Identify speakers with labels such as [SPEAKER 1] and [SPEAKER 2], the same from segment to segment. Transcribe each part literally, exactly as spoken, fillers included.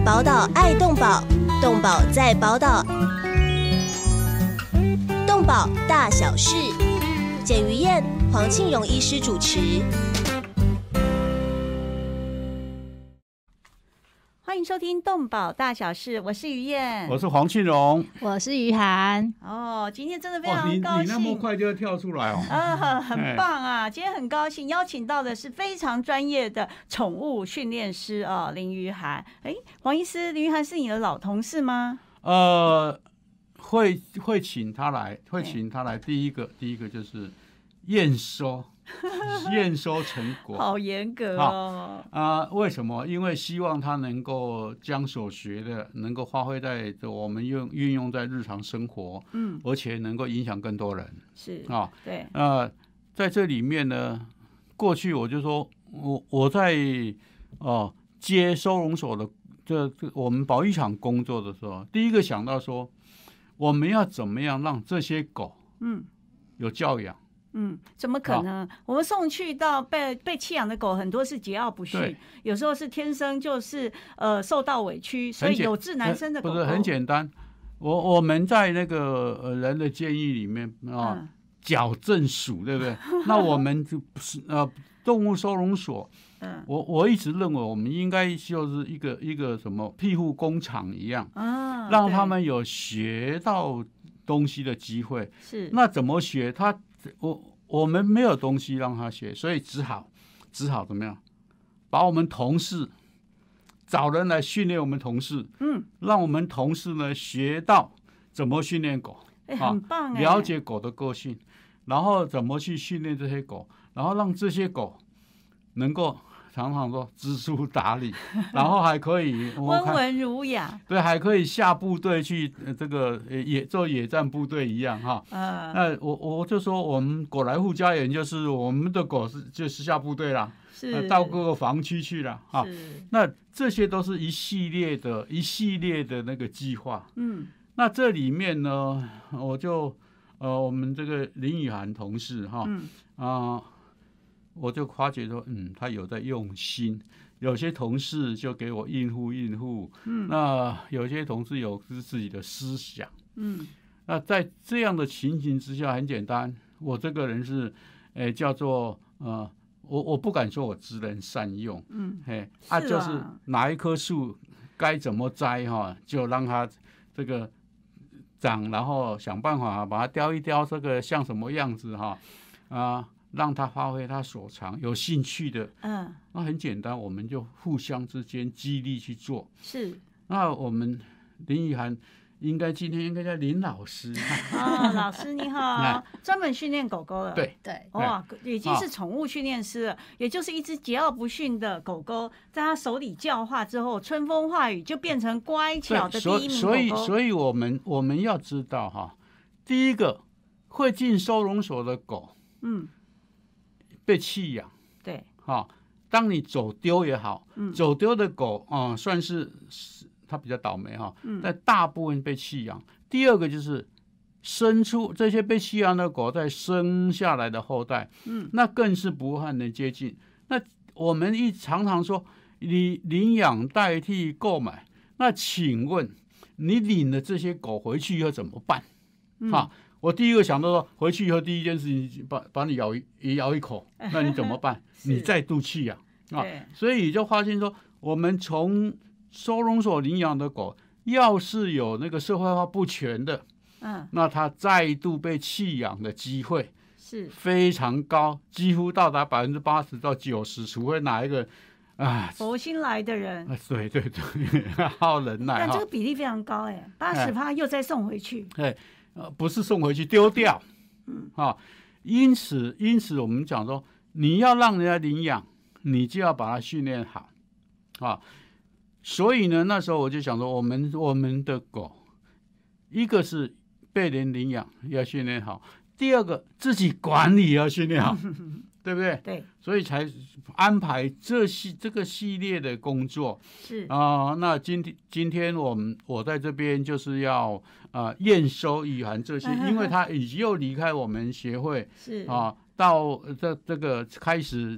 [SPEAKER 1] 宝岛爱动保，动保在宝岛。动保大小事，简于燕、黄庆荣医师主持。
[SPEAKER 2] 欢迎收听动保大小事，我是于燕，
[SPEAKER 3] 我是黄庆荣，
[SPEAKER 4] 我是于涵。
[SPEAKER 2] 哦，今天真的非常高兴，
[SPEAKER 3] 哦、你, 你那么快就要跳出来哦，
[SPEAKER 2] 啊，很棒啊！今天很高兴邀请到的是非常专业的宠物训练师哦，林于涵。哎，黄医师，林于涵是你的老同事吗？
[SPEAKER 3] 呃，会会请他来，会请他来。第一个，第一个就是验收。验收成果
[SPEAKER 2] 好严格哦
[SPEAKER 3] 啊、呃！为什么？因为希望他能够将所学的能够发挥在我们用运用在日常生活，嗯，而且能够影响更多人。
[SPEAKER 2] 是
[SPEAKER 3] 啊、哦，
[SPEAKER 2] 对。
[SPEAKER 3] 呃，在这里面呢，过去我就说我我在哦、呃、接收容所的这我们保育场工作的时候，第一个想到说，我们要怎么样让这些狗嗯有教养。
[SPEAKER 2] 嗯，怎么可能？我们送去到被被弃养的狗很多是桀骜不驯，有时候是天生就是呃受到委屈，所以有志难伸的狗狗
[SPEAKER 3] 不是很简单。我我们在那个呃人的建议里面啊，嗯、矫正署对不对？那我们就不是呃动物收容所，嗯，我我一直认为我们应该就是一个一个什么庇护工厂一样，啊，让他们有学到东西的机会。
[SPEAKER 2] 是，
[SPEAKER 3] 那怎么学？他我我们没有东西让他学，所以只好只好怎么样？把我们同事找人来训练我们同事，嗯，让我们同事呢学到怎么训练狗，
[SPEAKER 2] 哎，很棒哎，
[SPEAKER 3] 了解狗的个性，然后怎么去训练这些狗，然后让这些狗能够常常说知书达理，然后还可以
[SPEAKER 2] 温文儒雅，
[SPEAKER 3] 对，还可以下部队去，呃、这个野做野战部队一样哈。嗯，那我我就说我们狗来护家园就是我们的狗是就是下部队啦，是、呃、到各个防区去了哈。那这些都是一系列的一系列的那个计划。嗯，那这里面呢，我就呃我们这个林雨涵同事哈，嗯啊。呃我就发觉说，嗯，他有在用心。有些同事就给我应付应付，嗯，那有些同事有自己的思想，嗯，那在这样的情形之下，很简单，我这个人是，诶，叫做呃，我我不敢说我知人善用，嗯，嘿，啊，
[SPEAKER 2] 是啊
[SPEAKER 3] 就是哪一棵树该怎么栽哈，就让它这个长，然后想办法把它雕一雕，这个像什么样子哈，啊。让他发挥他所长，有兴趣的，嗯，那很简单，我们就互相之间激励去做。
[SPEAKER 2] 是，
[SPEAKER 3] 那我们林雨涵应该今天应该叫林老师。
[SPEAKER 2] 哦，老师你好，专门训练狗狗的。
[SPEAKER 3] 对
[SPEAKER 4] 对，
[SPEAKER 2] 哇，已经是宠物训练师了，哦、也就是一只桀骜不驯的狗狗，在他手里教化之后，春风化雨就变成乖巧的第一名狗狗。
[SPEAKER 3] 所以，所以，所以我们我们要知道哈，第一个会进收容所的狗，嗯。被弃养，
[SPEAKER 2] 对，
[SPEAKER 3] 哈、哦，当你走丢也好，嗯、走丢的狗啊、呃，算是它比较倒霉哈，嗯、但大部分被弃养。第二个就是生出这些被弃养的狗，再生下来的后代，嗯，那更是不和人接近。那我们一常常说，你领养代替购买，那请问你领了这些狗回去以后怎么办？嗯、哈。我第一个想到说，回去以后第一件事情把把你咬一咬一口，那你怎么办？你再度弃养啊！所以就发现说，我们从收容所领养的狗，要是有那个社会化不全的，嗯，那它再度被弃养的机会是非常高，几乎到达百分之八十到九十，除非哪一个啊
[SPEAKER 2] 佛心来的人，
[SPEAKER 3] 啊、对对对，好忍耐。
[SPEAKER 2] 但这个比例非常高哎，八十趴又再送回去，
[SPEAKER 3] 对。呃，不是送回去丢掉，嗯啊，因此因此我们讲说，你要让人家领养，你就要把它训练好，啊，所以呢，那时候我就想说，我们我们的狗，一个是被人领养要训练好，第二个自己管理要训练好，对不对？
[SPEAKER 2] 对，
[SPEAKER 3] 所以才安排这系这个系列的工作是啊、呃。那今天今天我们我在这边就是要啊验收雨涵这些，因为他已经又离开我们协会是啊，到这这个开始这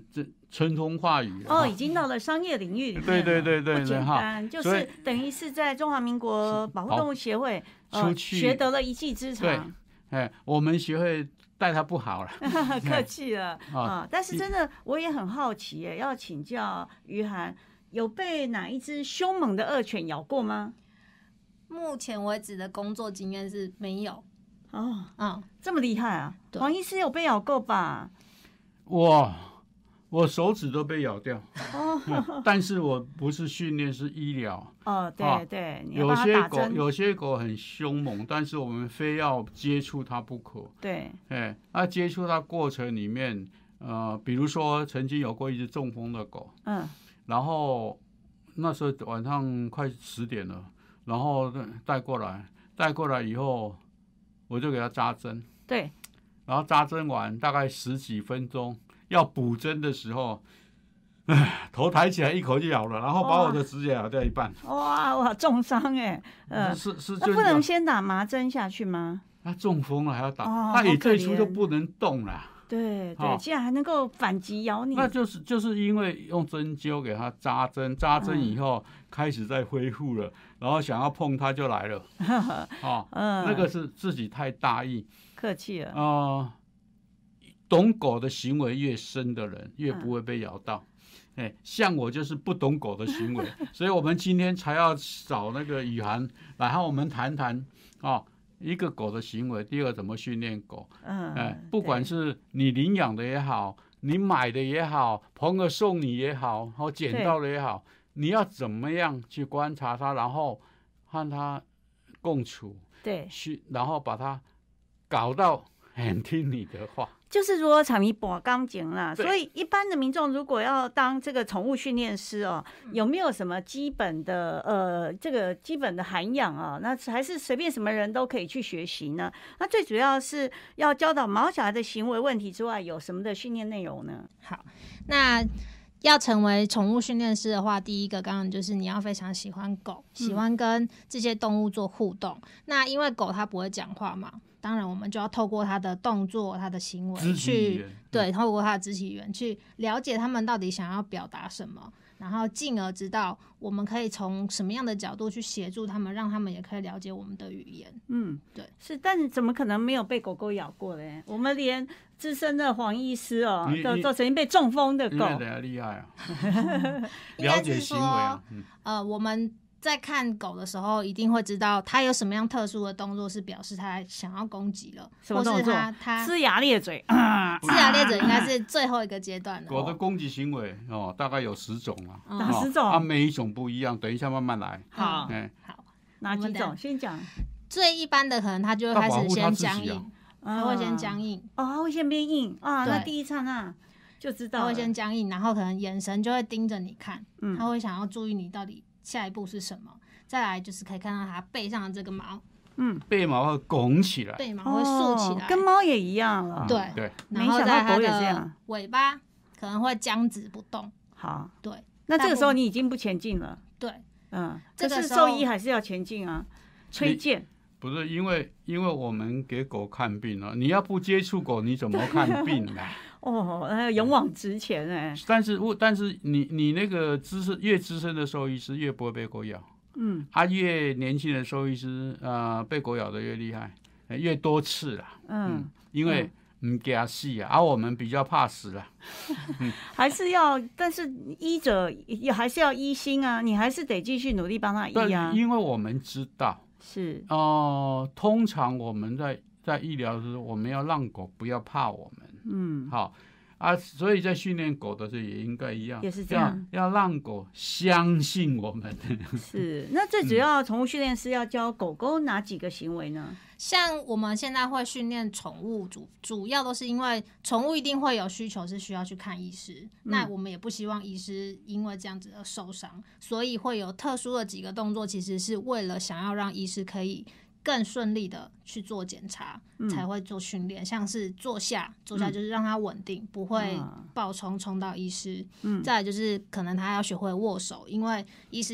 [SPEAKER 3] 春风化雨
[SPEAKER 2] 哦，已经到了商业领域里面了，
[SPEAKER 3] 对对对对对，
[SPEAKER 2] 不简单，就是等于是在中华民国保护动物协会
[SPEAKER 3] 出去、
[SPEAKER 2] 呃、学得了一技之长。
[SPEAKER 3] 对，哎，我们协会带他不好了，
[SPEAKER 2] 客气了啊！但是真的，我也很好奇耶，要请教于涵，有被哪一只凶猛的恶犬咬过吗？
[SPEAKER 4] 目前为止的工作经验是没有。
[SPEAKER 2] 哦，
[SPEAKER 4] 嗯，
[SPEAKER 2] 这么厉害啊！黄医师有被咬过吧？
[SPEAKER 3] 哇，我手指都被咬掉。哦，嗯、但是我不是训练，是医疗。
[SPEAKER 2] 哦，对对，你要
[SPEAKER 3] 有些狗
[SPEAKER 2] 针
[SPEAKER 3] 有些狗很凶猛，但是我们非要接触它不可。
[SPEAKER 2] 对，
[SPEAKER 3] 哎，那接触它过程里面，呃，比如说曾经有过一只中风的狗，嗯，然后那时候晚上快十点了，然后带过来，带过来以后，我就给它扎针。
[SPEAKER 2] 对，
[SPEAKER 3] 然后扎针完大概十几分钟，要补针的时候。唉，头抬起来一口就咬了，然后把我的指甲咬掉一半。
[SPEAKER 2] 哇哇，重伤哎！
[SPEAKER 3] 呃，是是，
[SPEAKER 2] 那不能先打麻针下去吗？
[SPEAKER 3] 他中风了还要打，
[SPEAKER 2] 哦、
[SPEAKER 3] 那你最初就不能动了。
[SPEAKER 2] 对对，竟然还能够反击咬你，
[SPEAKER 3] 那就是就是因为用针灸给他扎针，扎针以后、嗯、开始在恢复了，然后想要碰它就来了。哦，嗯，那个是自己太大意，
[SPEAKER 2] 客气了。
[SPEAKER 3] 呃，懂狗的行为越深的人，越不会被咬到。嗯哎，像我就是不懂狗的行为，所以我们今天才要找那个雨涵来和我们谈谈哦，一个狗的行为，第二个怎么训练狗。嗯，哎，不管是你领养的也好，你买的也好，朋友送你也好，或捡到的也好，你要怎么样去观察它，然后和它共处，
[SPEAKER 2] 对，
[SPEAKER 3] 去然后把它搞到很听你的话。
[SPEAKER 2] 就是说场米拔钢琴啦，所以一般的民众如果要当这个宠物训练师哦，有没有什么基本的呃这个基本的涵养啊？那还是随便什么人都可以去学习呢？那最主要是要教导毛小孩的行为问题之外，有什么的训练内容呢？
[SPEAKER 4] 好，那要成为宠物训练师的话，第一个刚刚就是你要非常喜欢狗，喜欢跟这些动物做互动。嗯、那因为狗它不会讲话嘛。当然，我们就要透过它的动作、它的行为去，对，透过它的肢体语言去了解他们到底想要表达什么，然后进而知道我们可以从什么样的角度去协助他们，让他们也可以了解我们的语言。嗯，对，
[SPEAKER 2] 是，但是怎么可能没有被狗狗咬过嘞？我们连资深的黄医师哦，都都曾经被中风的狗，
[SPEAKER 3] 你很厉害啊，了解行为啊，
[SPEAKER 4] 嗯、呃，我们。在看狗的时候，一定会知道它有什么样特殊的动作，是表示它想要攻击了，
[SPEAKER 2] 什么动作？
[SPEAKER 4] 或是它它
[SPEAKER 2] 龇牙咧嘴，
[SPEAKER 4] 龇牙咧嘴应该是最后一个阶段了。
[SPEAKER 3] 狗的攻击行为哦，大概有十种了，
[SPEAKER 2] 哪十种？
[SPEAKER 3] 啊，每一种不一样，等一下慢慢来。
[SPEAKER 2] 好，
[SPEAKER 3] 哎，
[SPEAKER 4] 好，
[SPEAKER 2] 哪几种？先讲。
[SPEAKER 4] 最一般的可能它就会开始先僵硬，它会先僵硬，
[SPEAKER 2] 哦，它会先变硬啊，那第一刹那就知道
[SPEAKER 4] 它会先僵硬，然后可能眼神就会盯着你看，它会想要注意你到底下一步是什么。再来就是可以看到它背上的这个毛，
[SPEAKER 3] 嗯，背毛会拱起来，
[SPEAKER 4] 背毛会竖起来，
[SPEAKER 2] 哦、跟猫也一样了。
[SPEAKER 4] 对
[SPEAKER 3] 对，
[SPEAKER 4] 然后在它的尾巴可能会僵直不动。
[SPEAKER 2] 好，
[SPEAKER 4] 对，
[SPEAKER 2] 那这个时候你已经不前进了。
[SPEAKER 4] 对，
[SPEAKER 2] 嗯，这个兽医还是要前进啊，推荐。
[SPEAKER 3] 不是因为因为我们给狗看病了，你要不接触狗，你怎么看病呢？
[SPEAKER 2] 哦，勇往直前哎、欸。
[SPEAKER 3] 但是但是你你那个资深越资深的兽医师越不会被狗咬。嗯，啊，越年轻的兽医师，呃，被狗咬的越厉害，越多次啦。嗯，嗯因为唔给他死啊，而、啊、我们比较怕死啦。
[SPEAKER 2] 嗯、还是要，但是医者也还是要医心啊，你还是得继续努力帮他医啊。
[SPEAKER 3] 因为我们知道，
[SPEAKER 2] 是
[SPEAKER 3] 哦、呃，通常我们在在医疗时，我们要让狗不要怕我们。嗯，好。啊，所以在训练狗的时候也应该一样，
[SPEAKER 2] 也是这样，
[SPEAKER 3] 要, 要让狗相信我们。
[SPEAKER 2] 是，那最主要宠物训练师要教狗狗哪几个行为呢？
[SPEAKER 4] 像我们现在会训练宠物主，主要都是因为宠物一定会有需求是需要去看医师，嗯、那我们也不希望医师因为这样子而受伤，所以会有特殊的几个动作，其实是为了想要让医师可以更顺利的去做检查、嗯、才会做训练，像是坐下坐下就是让它稳定、嗯、不会暴冲冲到医师、嗯、再来就是可能他要学会握手，因为医师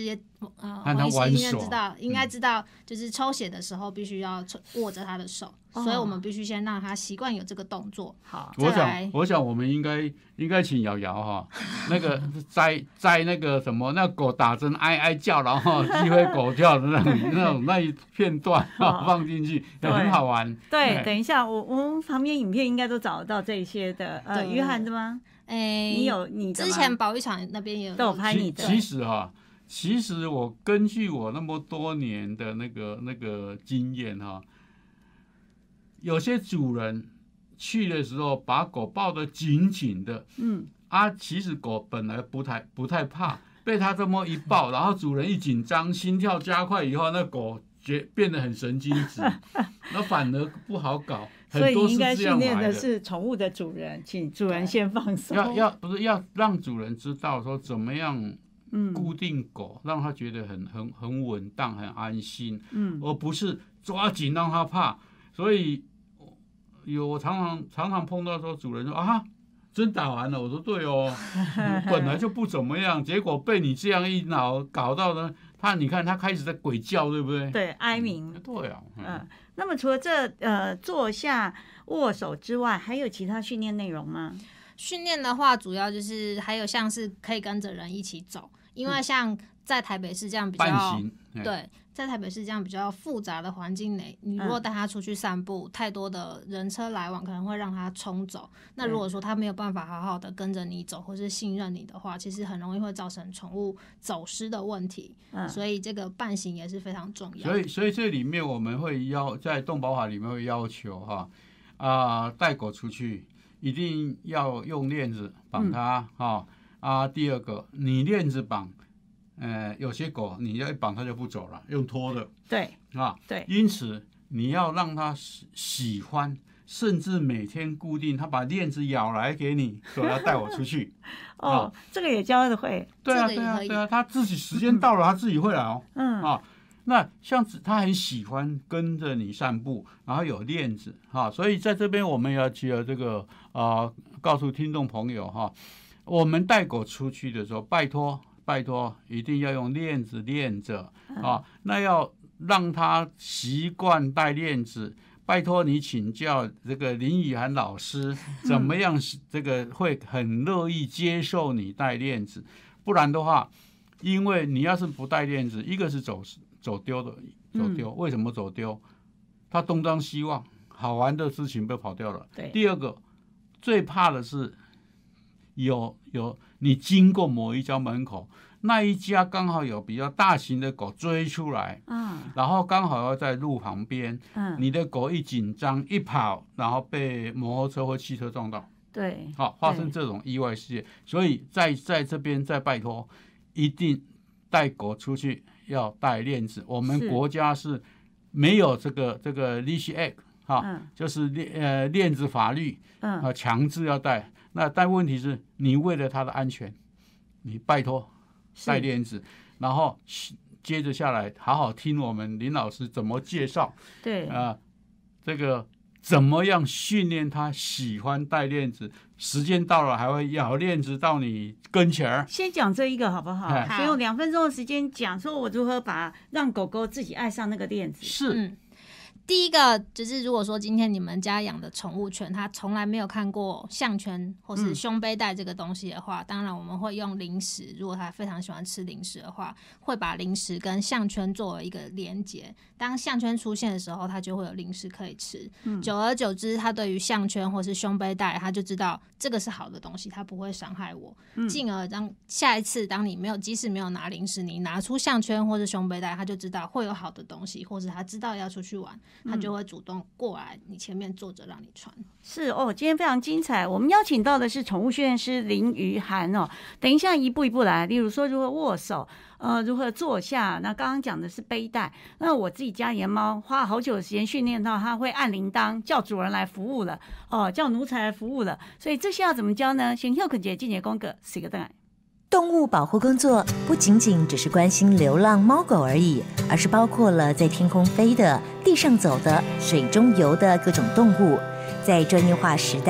[SPEAKER 4] 呃，
[SPEAKER 3] 和他玩
[SPEAKER 4] 应该
[SPEAKER 3] 手
[SPEAKER 4] 知道，应该知道，就是抽血的时候必须要握着他的手，
[SPEAKER 2] 哦、
[SPEAKER 4] 所以我们必须先让他习惯有这个动作。
[SPEAKER 2] 好，
[SPEAKER 3] 我想，我想我们应该应该请瑶瑶哈，那个摘摘那个什么，那狗打针哀哀叫，然后鸡飞狗跳的那种那种那一片段哈、哦、放进去，也很好玩。
[SPEAKER 2] 对，等一下，我我们旁边影片应该都找得到这一些的，呃，约翰的吗？
[SPEAKER 4] 哎、欸，
[SPEAKER 2] 你有你的吗？
[SPEAKER 4] 之前保育场那边也有
[SPEAKER 2] 都有拍你的。
[SPEAKER 3] 其实哈。其实我根据我那么多年的那个那个经验哈，有些主人去的时候把狗抱得紧紧的，嗯啊，其实狗本来不太不太怕，被他这么一抱，然后主人一紧张，心跳加快以后，那狗觉变得很神经质，那反而不好搞。
[SPEAKER 2] 所以你应该训练的是宠物的主人，请主人先放松，
[SPEAKER 3] 要要不是要让主人知道说怎么样。固定狗，让他觉得很很很稳当，很安心，嗯，而不是抓紧让他怕。所以有我常常常常碰到说，主人说啊，针打完了，我说对哦，本来就不怎么样，结果被你这样一挠搞到呢，他你看他开始在鬼叫，对不对？
[SPEAKER 2] 对，哀鸣。
[SPEAKER 3] 嗯、对啊，
[SPEAKER 2] 嗯、呃。那么除了这呃坐下握手之外，还有其他训练内容吗？
[SPEAKER 4] 训练的话，主要就是还有像是可以跟着人一起走。因为像在台北市这样比较对，在台北市这样比较复杂的环境内，你如果带他出去散步，太多的人车来往可能会让他冲走。那如果说他没有办法好好的跟着你走，或是信任你的话，其实很容易会造成宠物走失的问题。嗯，所以这个伴行也是非常重要。
[SPEAKER 3] 所以，所以这里面我们会要在动保法里面会要求哈啊，带狗出去一定要用链子绑它哈。嗯哦啊，第二个，你链子绑，呃，有些狗你要一绑它就不走了，用拖的，
[SPEAKER 2] 对
[SPEAKER 3] 啊，
[SPEAKER 2] 对，
[SPEAKER 3] 因此你要让它喜欢，甚至每天固定，它把链子咬来给你，说要带我出去。
[SPEAKER 2] 哦，啊、这个也教得会。
[SPEAKER 3] 对啊，对啊，对啊，它自己时间到了，它自己会来哦。嗯啊，那像它很喜欢跟着你散步，然后有链子哈、啊，所以在这边我们要记得这个啊，告诉听众朋友哈。啊我们带狗出去的时候，拜托拜托，一定要用链子链着啊！那要让他习惯带链子，拜托你请教这个林以涵老师，怎么样这个会很乐意接受你带链子，不然的话，因为你要是不带链子，一个是走走丢的走丢，为什么走丢？他东张西望，好玩的事情被跑掉了。第二个，最怕的是。有有，你经过某一家门口，那一家刚好有比较大型的狗追出来，嗯，然后刚好要在路旁边，嗯，你的狗一紧张一跑，然后被摩托车或汽车撞到，
[SPEAKER 2] 对，
[SPEAKER 3] 好发生这种意外事件，所以在在这边再拜托，一定带狗出去要带链子。我们国家是没有这个这个 leash act 哈、嗯，就是呃链子法律，嗯，啊强制要带。那但问题是你为了他的安全，你拜托带链子，然后接着下来好好听我们林老师怎么介绍，
[SPEAKER 2] 对
[SPEAKER 3] 啊、呃，这个怎么样训练他喜欢带链子，时间到了还会咬链子到你跟前儿。
[SPEAKER 2] 先讲这一个好不好？先用两分钟的时间讲，说我如何把让狗狗自己爱上那个链子。
[SPEAKER 3] 是。
[SPEAKER 4] 嗯第一个就是，如果说今天你们家养的宠物犬，它从来没有看过项圈或是胸背带这个东西的话，嗯、当然我们会用零食。如果它非常喜欢吃零食的话，会把零食跟项圈作为一个连结。当项圈出现的时候，它就会有零食可以吃。嗯、久而久之，它对于项圈或是胸背带，它就知道这个是好的东西，它不会伤害我。嗯、进而当下一次当你没有，即使没有拿零食，你拿出项圈或是胸背带，它就知道会有好的东西，或是它知道要出去玩。他就会主动过来你前面坐着让你穿。
[SPEAKER 2] 是哦，今天非常精彩。我们邀请到的是宠物训练师林于涵哦。等一下一步一步来，例如说如何握手，呃，如何坐下。那刚刚讲的是背带。那我自己家里的猫花了好久的时间训练到它会按铃铛叫主人来服务了，哦，叫奴才来服务了。所以这些要怎么教呢？先休肯节进节功课，是个蛋。
[SPEAKER 1] 动物保护工作不仅仅只是关心流浪猫狗而已，而是包括了在天空飞的、地上走的、水中游的各种动物。在专业化时代，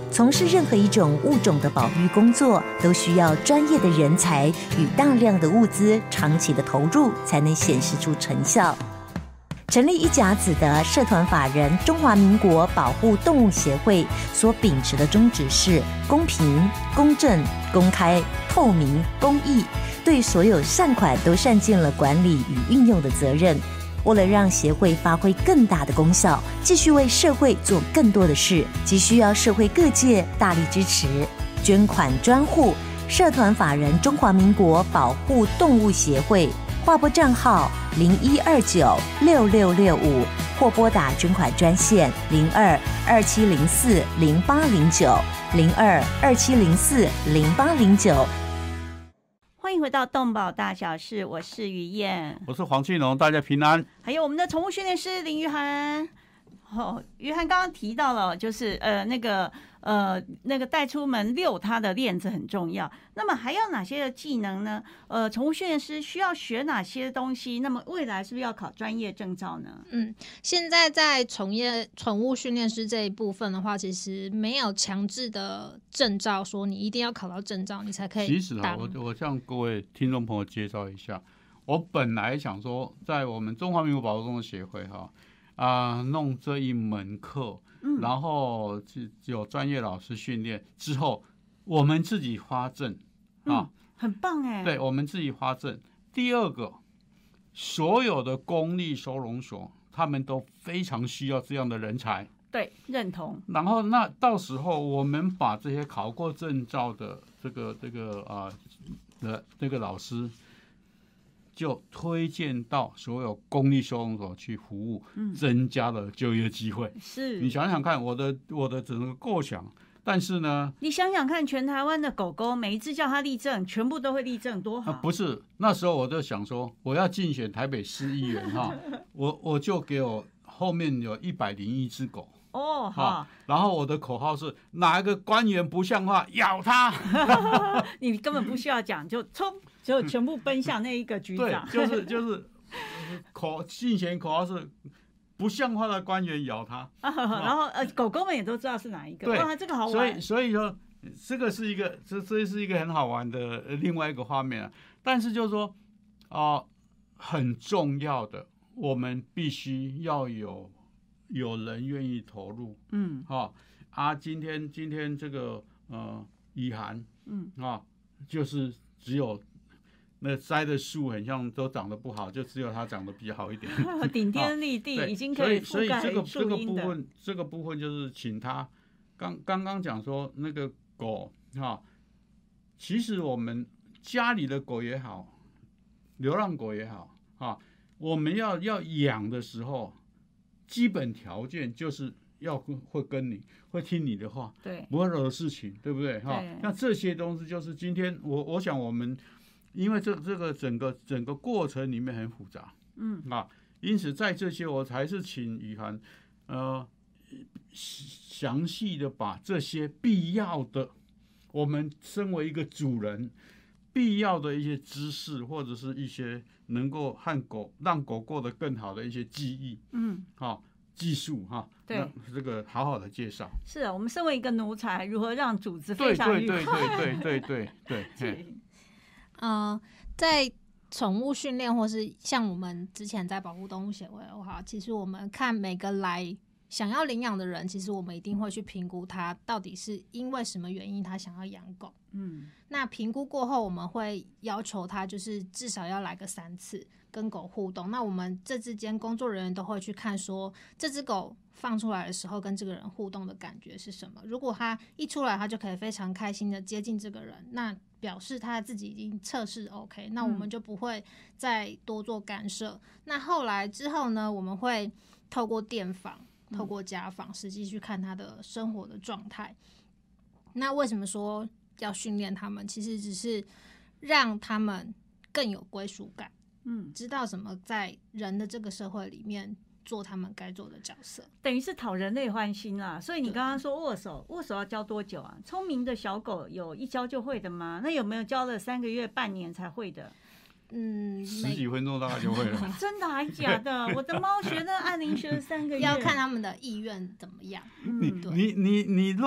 [SPEAKER 1] 从事任何一种物种的保育工作，都需要专业的人才与大量的物资长期的投入，才能显示出成效。成立一甲子的社团法人中华民国保护动物协会所秉持的宗旨是公平、公正、公开、透明、公益，对所有善款都善尽了管理与运用的责任。为了让协会发挥更大的功效，继续为社会做更多的事，急需要社会各界大力支持。捐款专户社团法人中华民国保护动物协会，划拨账号零一二九六六六五，或拨打捐款专线零二二七零四零八零九零二二七零四零八零九。
[SPEAKER 2] 欢迎回到动保大小事，我是于燕，
[SPEAKER 3] 我是黄庆龙，大家平安。
[SPEAKER 2] 还有我们的宠物训练师林于涵。哦，于涵刚刚提到了，就是呃那个呃那个带出门遛它的链子很重要。那么还有哪些的技能呢？呃，宠物训练师需要学哪些东西？那么未来是不是要考专业证照呢？
[SPEAKER 4] 嗯，现在在从业宠物训练师这一部分的话，其实没有强制的证照，说你一定要考到证照你才可以。
[SPEAKER 3] 其实啊，我我向各位听众朋友介绍一下，我本来想说，在我们中华民国保护动物协会哈。啊、呃，弄这一门课，嗯、然后有专业老师训练之后，我们自己发证啊、嗯，
[SPEAKER 2] 很棒哎。
[SPEAKER 3] 对，我们自己发证。第二个，所有的公立收容所，他们都非常需要这样的人才。
[SPEAKER 2] 对，认同。
[SPEAKER 3] 然后那到时候我们把这些考过证照的这个这个啊的这个老师。就推荐到所有公立收容所去服务，嗯、增加了就业机会。
[SPEAKER 2] 是，
[SPEAKER 3] 你想想看，我的我的整个构想，但是呢，
[SPEAKER 2] 你想想看，全台湾的狗狗每一只叫它立正，全部都会立正，多好！
[SPEAKER 3] 啊、不是，那时候我就想说，我要竞选台北市议员哈，我我就给我后面有一百零一只狗。
[SPEAKER 2] 哦，好。
[SPEAKER 3] 然后我的口号是哪一个官员不像话，咬他。
[SPEAKER 2] 你根本不需要讲，就冲，就全部奔向那一个局长。
[SPEAKER 3] 对，就是就是口竞选口号是不像话的官员咬他。
[SPEAKER 2] 然后呃，狗狗们也都知道是哪一个。
[SPEAKER 3] 对，
[SPEAKER 2] 哇，这个好玩。
[SPEAKER 3] 所以所以说，这个是一个这这是一个很好玩的另外一个画面啊。但是就是说啊、呃，很重要的，我们必须要有。有人愿意投入，嗯，哈啊，今天今天这个呃，以涵，嗯啊，就是只有那栽的树很像都长得不好，就只有它长得比较好一点，
[SPEAKER 2] 顶天立地，已经可以覆盖
[SPEAKER 3] 所以所以这个这个
[SPEAKER 2] 部
[SPEAKER 3] 分，这个部分就是请他刚刚刚讲说那个狗哈，其实我们家里的狗也好，流浪狗也好啊，我们要要养的时候。基本条件就是要会跟你会听你的话，
[SPEAKER 2] 对，
[SPEAKER 3] 不会惹事情，对不对？哈，那这些东西就是今天我我想我们，因为这这个整个整个过程里面很复杂，嗯啊，因此在这些我还是请于涵，呃，详细的把这些必要的，我们身为一个主人。必要的一些知识，或者是一些能够和狗让狗过得更好的一些记忆，嗯，好、哦、技术哈，
[SPEAKER 2] 对，
[SPEAKER 3] 这个好好的介绍。
[SPEAKER 2] 是啊，我们身为一个奴才，如何让主子非常愉快？
[SPEAKER 3] 对对对对对对对对。
[SPEAKER 4] 呃，在宠物训练，或是像我们之前在保护动物协会的话，其实我们看每个来想要领养的人，其实我们一定会去评估他到底是因为什么原因他想要养狗。嗯，那评估过后，我们会要求他就是至少要来个三次跟狗互动。那我们这之间工作人员都会去看说，这只狗放出来的时候跟这个人互动的感觉是什么。如果他一出来，他就可以非常开心的接近这个人，那表示他自己已经测试 OK， 那我们就不会再多做干涉。嗯、那后来之后呢，我们会透过电访。透过家访实际去看他的生活的状态。那为什么说要训练他们？其实只是让他们更有归属感，嗯，知道怎么在人的这个社会里面做他们该做的角色，
[SPEAKER 2] 等于是讨人类欢心啦。所以你刚刚说握手，握手要教多久啊？聪明的小狗有一教就会的吗？那有没有教了三个月、半年才会的？
[SPEAKER 4] 嗯，
[SPEAKER 3] 十几分钟大概就会了。
[SPEAKER 2] 真的还假的？我的猫学那按铃学了三个月，
[SPEAKER 4] 要看他们的意愿怎么样。
[SPEAKER 3] 嗯，你你你你乱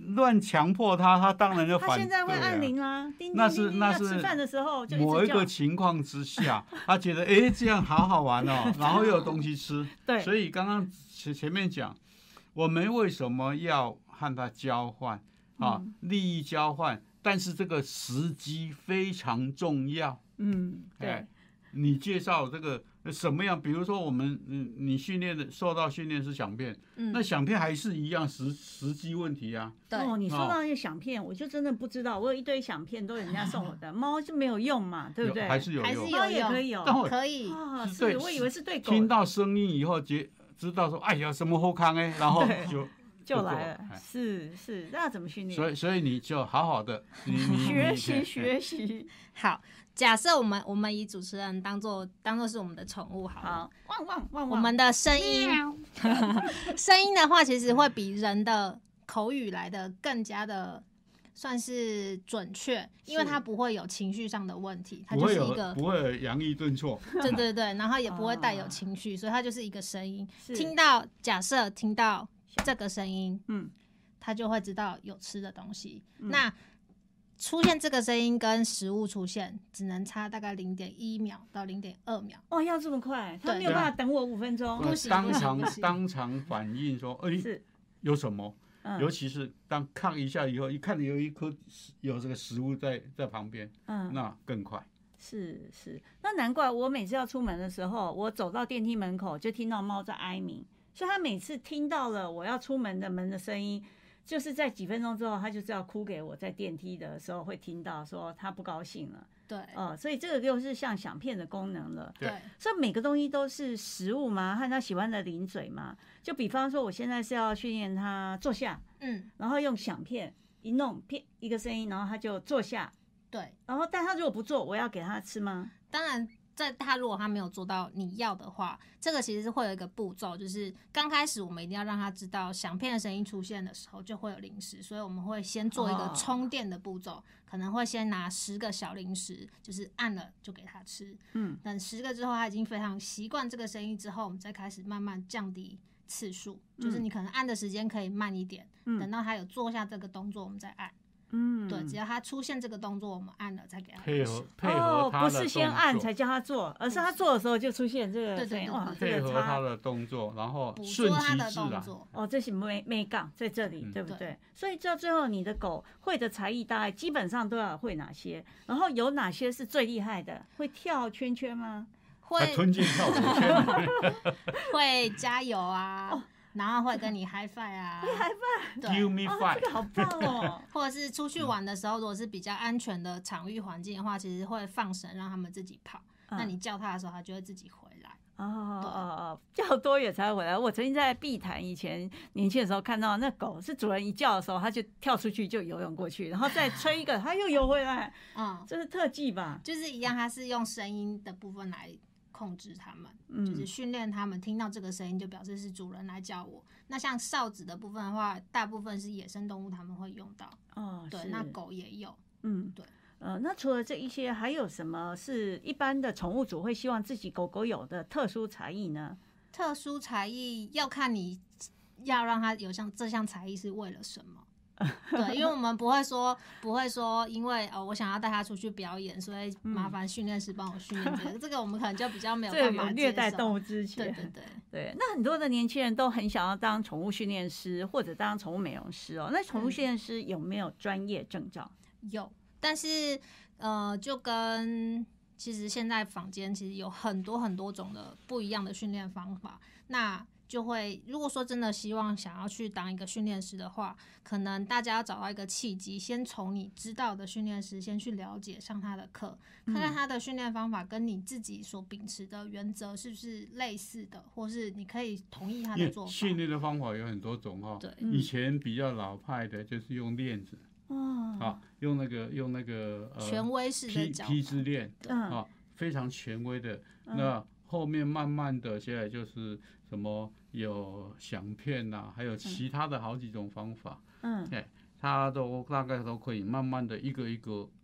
[SPEAKER 3] 乱强迫他，他当然就反对、啊。
[SPEAKER 2] 他现在会按铃啊，叮叮
[SPEAKER 3] 那
[SPEAKER 2] 叮叮，
[SPEAKER 3] 是那是
[SPEAKER 2] 要吃饭的时候就
[SPEAKER 3] 某一个情况之下，他觉得哎、欸、这样好好玩哦，然后又有东西吃。
[SPEAKER 2] 对，
[SPEAKER 3] 所以刚刚前前面讲，我们为什么要和他交换啊、嗯？利益交换，但是这个时机非常重要。
[SPEAKER 2] 嗯，对。欸
[SPEAKER 3] 你介绍这个什么样？比如说我们，嗯，你训练的受到训练是响片，嗯，那响片还是一样时时机问题啊。
[SPEAKER 2] 对哦，你说到那些响片，我就真的不知道，我有一堆响片都人家送我的，猫就没有用嘛，对不对？
[SPEAKER 3] 还是有用，
[SPEAKER 4] 还是有
[SPEAKER 2] 猫也可以有，
[SPEAKER 4] 可以
[SPEAKER 2] 啊，是我以为是对狗。
[SPEAKER 3] 听到声音以后，觉知道说，哎呀，什么后康哎，然后就。
[SPEAKER 2] 就来了，是是，那怎么训练？
[SPEAKER 3] 所以所以你就好好的，你你
[SPEAKER 2] 学习学习。
[SPEAKER 4] 好，假设我们我们以主持人当做当做是我们的宠物好了，
[SPEAKER 2] 好，汪汪汪汪，
[SPEAKER 4] 我们的声音，声音的话，其实会比人的口语来的更加的算是准确，因为它不会有情绪上的问题，它就是一个
[SPEAKER 3] 不会有洋溢顿挫，
[SPEAKER 4] 对对对，然后也不会带有情绪，所以它就是一个声音。听到假设听到。这个声音，嗯，他就会知道有吃的东西。嗯、那出现这个声音跟食物出现，只能差大概零点一秒到零点二秒。
[SPEAKER 2] 哦，要这么快？他没有办法等我五分钟，
[SPEAKER 4] 不行，
[SPEAKER 3] 当场当场反应说，哎、欸，有什么？嗯、尤其是当看一下以后，一看有一颗有这个食物在在旁边，嗯，那更快。
[SPEAKER 2] 是是，那难怪我每次要出门的时候，我走到电梯门口就听到猫在哀鸣。所以他每次听到了我要出门的门的声音，就是在几分钟之后，他就是要哭给我，在电梯的时候会听到说他不高兴了。
[SPEAKER 4] 对，
[SPEAKER 2] 呃，所以这个就是像响片的功能了。
[SPEAKER 4] 对，
[SPEAKER 2] 所以每个东西都是食物嘛，和他喜欢的零嘴嘛。就比方说，我现在是要训练他坐下，嗯，然后用响片一弄，片一个声音，然后他就坐下。
[SPEAKER 4] 对，
[SPEAKER 2] 然后但他如果不坐，我要给他吃吗？
[SPEAKER 4] 当然。在他如果他没有做到你要的话，这个其实是会有一个步骤，就是刚开始我们一定要让他知道响片的声音出现的时候就会有零食，所以我们会先做一个充电的步骤，哦、可能会先拿十个小零食，就是按了就给他吃，嗯，等十个之后他已经非常习惯这个声音之后，我们再开始慢慢降低次数，嗯、就是你可能按的时间可以慢一点，嗯、等到他有做下这个动作我们再按。嗯，对，只要他出现这个动作，我们按了再给他
[SPEAKER 3] 配合配合他的动作，
[SPEAKER 2] 哦，不是先按才叫他做，而是他做的时候就出现这个，
[SPEAKER 4] 对对对，
[SPEAKER 3] 配合他的动作，然后顺其自然。
[SPEAKER 2] 哦，这是妹妹杠在这里，嗯、对不对？对，所以到最后，你的狗会的才艺大概基本上都要会哪些？然后有哪些是最厉害的？会跳圈圈吗？
[SPEAKER 4] 会
[SPEAKER 3] 吞进跳圈圈，
[SPEAKER 4] 会加油啊。哦，然后会跟你 high five 啊
[SPEAKER 2] ，high
[SPEAKER 3] five，give me five，、
[SPEAKER 2] 哦、这个好棒哦！
[SPEAKER 4] 或者是出去玩的时候，如果是比较安全的场域环境的话，其实会放绳让他们自己跑。嗯、那你叫他的时候，他就会自己回来。
[SPEAKER 2] 哦哦哦，叫多远才会回来？我曾经在碧潭以前年轻的时候看到那狗是主人一叫的时候，它就跳出去就游泳过去，然后再吹一个，它又游回来。嗯，这是特技吧？
[SPEAKER 4] 就是一样，它是用声音的部分来控制他们，嗯、就是训练他们听到这个声音就表示是主人来叫我。那像哨子的部分的话，大部分是野生动物他们会用到。哦，对，那狗也有。嗯，对。
[SPEAKER 2] 呃，那除了这一些，还有什么是一般的宠物主会希望自己狗狗有的特殊才艺呢？
[SPEAKER 4] 特殊才艺要看你要让它有像这项才艺是为了什么。对，因为我们不会说不会说，因为哦，我想要带他出去表演，所以麻烦训练师帮我训练这个。嗯、这个我们可能就比较没有办法
[SPEAKER 2] 虐待动物之前。
[SPEAKER 4] 对对对
[SPEAKER 2] 对。那很多的年轻人都很想要当宠物训练师或者当宠物美容师哦。那宠物训练师有没有专业证照？
[SPEAKER 4] 嗯、有，但是呃，就跟其实现在坊间其实有很多很多种的不一样的训练方法。那就会，如果说真的希望想要去当一个训练师的话，可能大家要找到一个契机，先从你知道的训练师先去了解上他的课，看看他的训练方法跟你自己所秉持的原则是不是类似的，或是你可以同意他的做法。
[SPEAKER 3] 训练的方法有很多种哈、哦，对，以前比较老派的就是用链子，哦，啊，用那个用那个、呃、
[SPEAKER 4] 权威式的脚
[SPEAKER 3] 劈枝链，啊，非常权威的。嗯、那后面慢慢的，现在就是什么有响片呐、啊，还有其他的好几种方法，嗯，哎，它都大概都可以慢慢的一个一个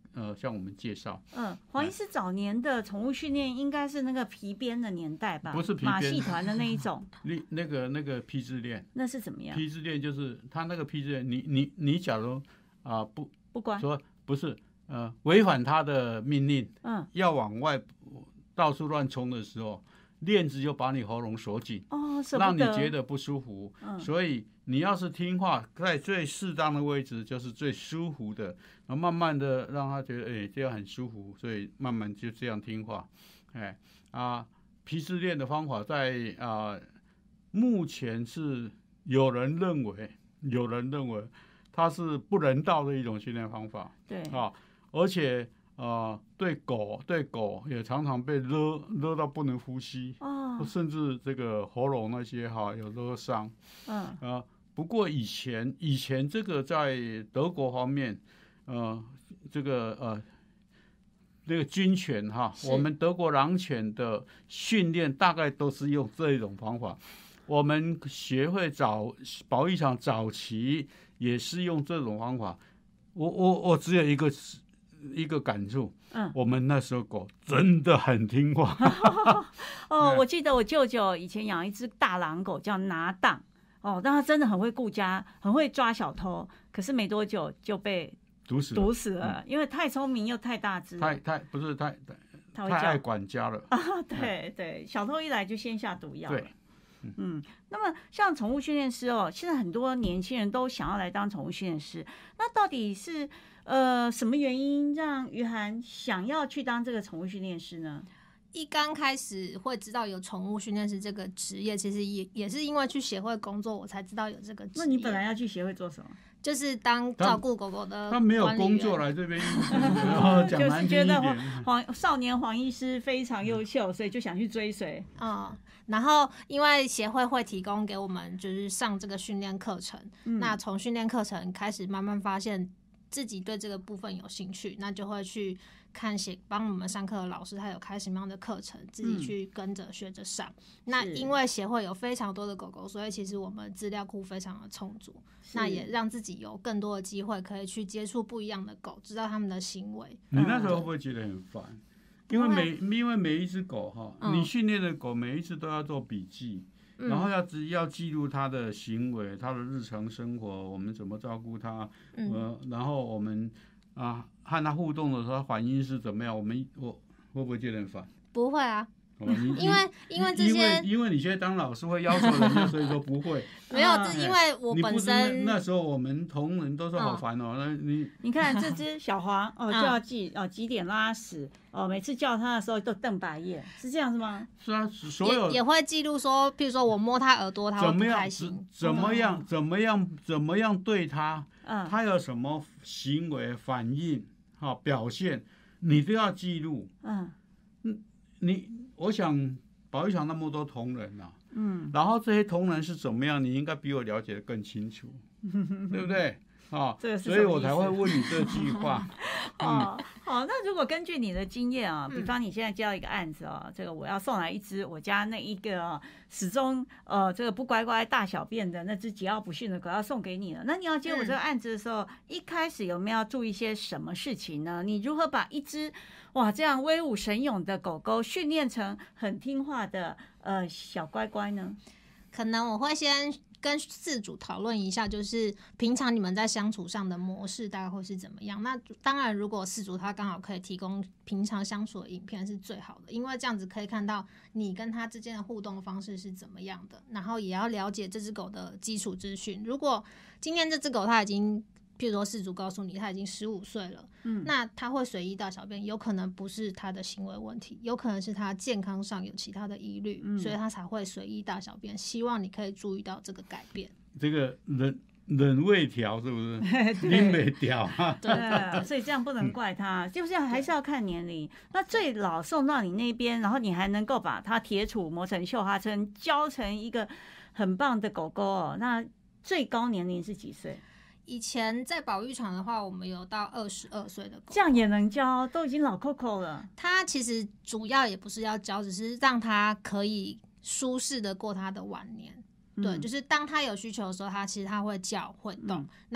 [SPEAKER 3] 呃向我们介绍。
[SPEAKER 2] 嗯，黄医师早年的宠物训练应该是那个皮鞭的年代吧？
[SPEAKER 3] 不是皮鞭，
[SPEAKER 2] 马戏团的那一种。
[SPEAKER 3] 那那个那个批字链，
[SPEAKER 2] 那是怎么样？
[SPEAKER 3] 批字链就是他那个批字链，你你你假如啊、呃、不
[SPEAKER 2] 不乖，
[SPEAKER 3] 说不是呃违反他的命令，
[SPEAKER 2] 嗯，
[SPEAKER 3] 要往外到处乱冲的时候，链子就把你喉咙锁紧，
[SPEAKER 2] 哦，舍
[SPEAKER 3] 让
[SPEAKER 2] 不得
[SPEAKER 3] 你觉得不舒服。
[SPEAKER 2] 嗯，
[SPEAKER 3] 所以你要是听话，在最适当的位置就是最舒服的，然后慢慢的让他觉得，哎，这样很舒服，所以慢慢就这样听话。哎啊，皮质链的方法在啊、呃，目前是有人认为，有人认为它是不人道的一种训练方法。
[SPEAKER 2] 对
[SPEAKER 3] 啊，而且呃，对狗对狗也常常被勒勒到不能呼吸，
[SPEAKER 2] 哦，
[SPEAKER 3] 甚至这个喉咙那些哈有勒伤。
[SPEAKER 2] 嗯
[SPEAKER 3] 啊、呃，不过以前以前这个在德国方面，呃，这个呃。那个军犬哈，我们德国狼犬的训练大概都是用这种方法。我们协会早保育场早期也是用这种方法。我我我只有一个一个感触，
[SPEAKER 2] 嗯，
[SPEAKER 3] 我们那时候狗真的很听话。
[SPEAKER 2] 哦，我记得我舅舅以前养一只大狼狗叫拿当，哦，但他真的很会顾家，很会抓小偷，可是没多久就被
[SPEAKER 3] 毒死
[SPEAKER 2] 毒死了，嗯、因为太聪明又太大只，
[SPEAKER 3] 太太不是太太太爱管家了
[SPEAKER 2] 啊！对对，小偷一来就先下毒药了。
[SPEAKER 3] 对，
[SPEAKER 2] 嗯, 嗯，那么像宠物训练师哦，现在很多年轻人都想要来当宠物训练师，那到底是呃什么原因让于涵想要去当这个宠物训练师呢？
[SPEAKER 4] 一刚开始会知道有宠物训练师这个职业，其实也也是因为去协会工作，我才知道有这个职业。
[SPEAKER 2] 那你本来要去协会做什么？
[SPEAKER 4] 就是当照顾狗狗的，
[SPEAKER 3] 他没有工作来这边，然后讲难听一点，
[SPEAKER 2] 黄少年黄医师非常优秀，所以就想去追随。
[SPEAKER 4] 嗯，然后因为协会会提供给我们就是上这个训练课程，嗯、那从训练课程开始慢慢发现自己对这个部分有兴趣，那就会去看写帮我们上课的老师他有开什么样的课程，自己去跟着学着上、嗯、那因为协会有非常多的狗狗，所以其实我们资料库非常的充足，那也让自己有更多的机会可以去接触不一样的狗，知道他们的行为。
[SPEAKER 3] 你那时候会不会觉得很烦、嗯、因为每因为每一只狗哈、嗯，你训练的狗每一次都要做笔记、嗯、然后要要记录它的行为，它的日常生活，我们怎么照顾它、嗯呃、然后我们啊，和他互动的时候，反应是怎么样？我们我会不会觉得很烦？
[SPEAKER 4] 不会啊，因
[SPEAKER 3] 为
[SPEAKER 4] 因为这些，因
[SPEAKER 3] 为因为你现在当老师会要求人家，所以说不会。
[SPEAKER 4] 没有，这因为我本身
[SPEAKER 3] 那, 那时候我们同仁都说好烦哦。那、哦、你
[SPEAKER 2] 你看这只小黄哦，就要记哦几点拉屎哦，每次叫它的时候都瞪白眼，是这样子吗？
[SPEAKER 3] 是啊，所有
[SPEAKER 4] 也, 也会记录说，譬如说我摸它耳朵，它会不开心。
[SPEAKER 3] 怎么样？怎么样？怎么样对它？
[SPEAKER 2] 嗯，
[SPEAKER 3] 它有什么行为反应？好、哦，表现你都要记录。
[SPEAKER 2] 嗯，
[SPEAKER 3] 你我想保育场那么多同仁啊，
[SPEAKER 2] 嗯，
[SPEAKER 3] 然后这些同仁是怎么样，你应该比我了解的更清楚，对不对？啊、哦，所以我才会问你这句话。
[SPEAKER 2] 哦，好，那如果根据你的经验啊，比方你现在接到一个案子啊，这个我要送来一只我家那一个、啊、始终呃这个不乖乖大小便的那只桀骜不驯的狗要送给你了，那你要接我这个案子的时候，嗯、一开始有没有要注意些什么事情呢？你如何把一只哇这样威武神勇的狗狗训练成很听话的呃小乖乖呢？
[SPEAKER 4] 可能我会先跟饲主讨论一下，就是平常你们在相处上的模式大概会是怎么样。那当然如果饲主他刚好可以提供平常相处的影片是最好的，因为这样子可以看到你跟他之间的互动方式是怎么样的，然后也要了解这只狗的基础资讯。如果今天这只狗它已经譬如说饲主告诉你它已经十五岁了，嗯，那它会随意大小便，有可能不是它的行为问题，有可能是它健康上有其他的疑虑、嗯、所以它才会随意大小便，希望你可以注意到这个改变。
[SPEAKER 3] 这个人人未调是不是？你没调啊？
[SPEAKER 2] 对，对，所以这样不能怪他，嗯、就是还是要看年龄。那最老送到你那边，然后你还能够把它铁杵磨成绣花针，教成一个很棒的狗狗哦。那最高年龄是几岁？
[SPEAKER 4] 以前在保育场的话，我们有到二十二岁的狗，
[SPEAKER 2] 这样也能教，都已经老 Coco 了。
[SPEAKER 4] 它其实主要也不是要教，只是让它可以舒适的过它的晚年。嗯、对，就是当它有需求的时候，它其实它会叫会动。嗯、那